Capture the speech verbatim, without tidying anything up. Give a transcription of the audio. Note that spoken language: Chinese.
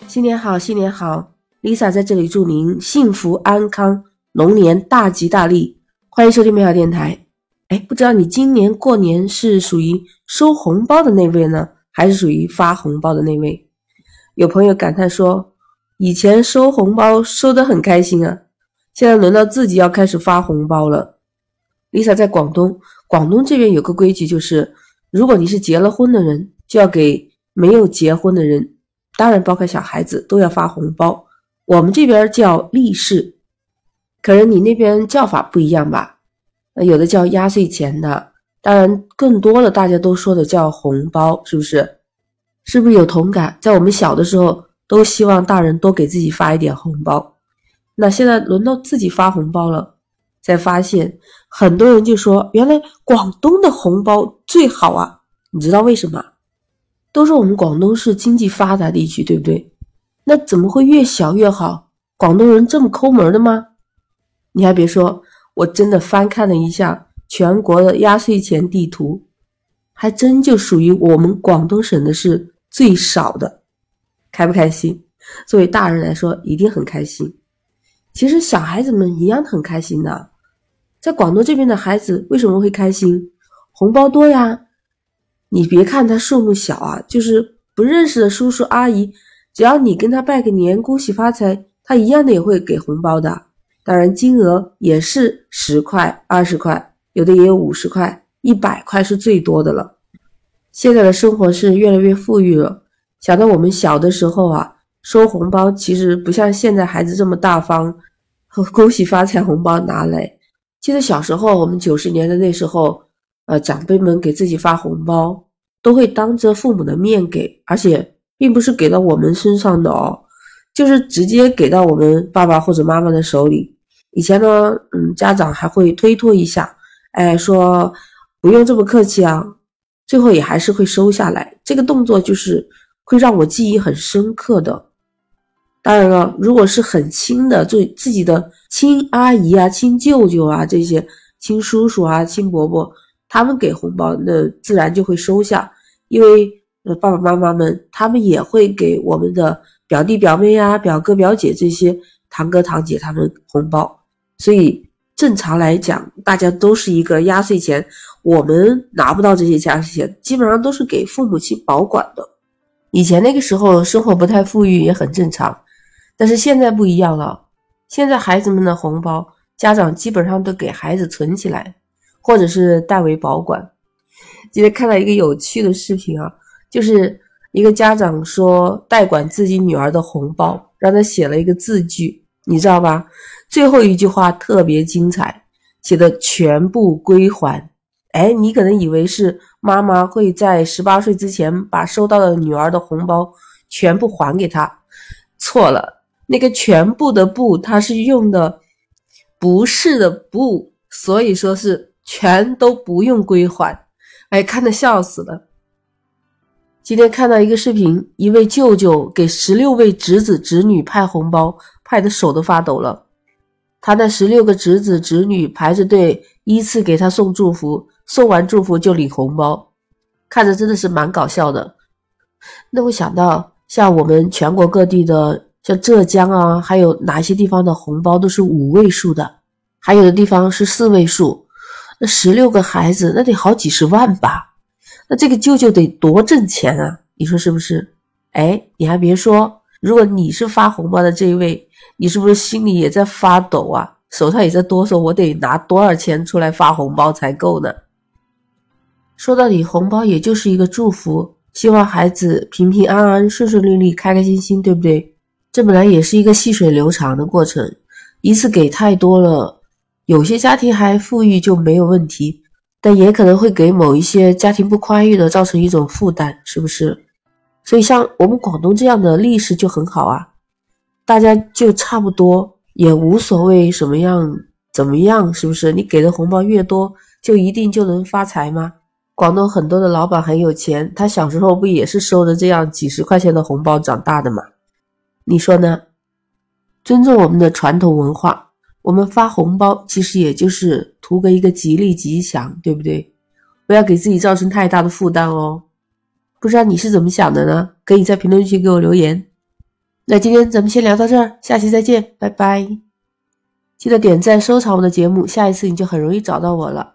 新年好，新年好 Lisa 在这里祝您幸福安康，龙年大吉大利。欢迎收听美好电台。哎，不知道你今年过年是属于收红包的那位呢，还是属于发红包的那位？有朋友感叹说，以前收红包收得很开心啊，现在轮到自己要开始发红包了。Lisa 在广东，广东这边有个规矩，就是如果你是结了婚的人，就要给没有结婚的人，当然包括小孩子，都要发红包。我们这边叫利是，可能你那边叫法不一样吧，有的叫压岁钱的，当然更多的大家都说的叫红包，是不是？是不是有同感？在我们小的时候都希望大人多给自己发一点红包，那现在轮到自己发红包了，才发现很多人就说，原来广东的红包最好啊，你知道为什么？都说我们广东是经济发达地区，对不对？那怎么会越小越好？广东人这么抠门的吗？你还别说，我真的翻看了一下全国的压岁钱地图，还真就属于我们广东省的是最少的。开不开心？作为大人来说一定很开心，其实小孩子们一样很开心的。在广东这边的孩子为什么会开心？红包多呀，你别看他数目小啊，就是不认识的叔叔阿姨，只要你跟他拜个年，恭喜发财，他一样的也会给红包的。当然金额也是十块、二十块，有的也有五十块、一百块是最多的了。现在的生活是越来越富裕了，想到我们小的时候啊，收红包其实不像现在孩子这么大方，恭喜发财红包拿来。记得小时候我们九十年的那时候，呃，长辈们给自己发红包都会当着父母的面给，而且并不是给到我们身上的哦，就是直接给到我们爸爸或者妈妈的手里。以前呢，嗯，家长还会推脱一下，哎，说不用这么客气啊，最后也还是会收下来。这个动作就是会让我记忆很深刻的。当然了，如果是很亲的，就自己的亲阿姨啊、亲舅舅啊，这些亲叔叔啊、亲伯伯，他们给红包，那自然就会收下，因为呃爸爸妈妈们他们也会给我们的表弟表妹啊、表哥表姐这些堂哥堂姐他们红包，所以正常来讲，大家都是一个压岁钱，我们拿不到这些压岁钱，基本上都是给父母亲保管的。以前那个时候生活不太富裕也很正常，但是现在不一样了，现在孩子们的红包，家长基本上都给孩子存起来，或者是代为保管。今天看到一个有趣的视频啊，就是一个家长说代管自己女儿的红包，让他写了一个字据，你知道吧？最后一句话特别精彩，写的全部归还。哎，你可能以为是妈妈会在十八岁之前把收到的女儿的红包全部还给她，错了，那个全部的不，它是用的不是的不，所以说是全都不用归还。哎，看得笑死了。今天看到一个视频，一位舅舅给十六位侄子侄女派红包，派的手都发抖了。他那十六个侄子侄女排着队依次给他送祝福，送完祝福就领红包，看着真的是蛮搞笑的。那我想到像我们全国各地的，像浙江啊，还有哪些地方的红包都是五位数的，还有的地方是四位数，那十六个孩子那得好几十万吧，那这个舅舅得多挣钱啊，你说是不是？哎，你还别说，如果你是发红包的这一位，你是不是心里也在发抖啊，手上也在哆嗦，我得拿多少钱出来发红包才够呢？说到底，红包也就是一个祝福，希望孩子平平安安、顺顺利利、开开心心，对不对？这本来也是一个细水流长的过程，一次给太多了，有些家庭还富裕就没有问题，但也可能会给某一些家庭不宽裕的造成一种负担，是不是？所以像我们广东这样的历史就很好啊，大家就差不多，也无所谓什么样怎么样，是不是？你给的红包越多，就一定就能发财吗？广东很多的老板很有钱，他小时候不也是收着这样几十块钱的红包长大的吗？你说呢？尊重我们的传统文化，我们发红包其实也就是图个一个吉利吉祥，对不对？不要给自己造成太大的负担哦。不知道你是怎么想的呢？可以在评论区给我留言。 那今天咱们先聊到这儿，下期再见，拜拜。记得点赞收藏我的节目，下一次你就很容易找到我了。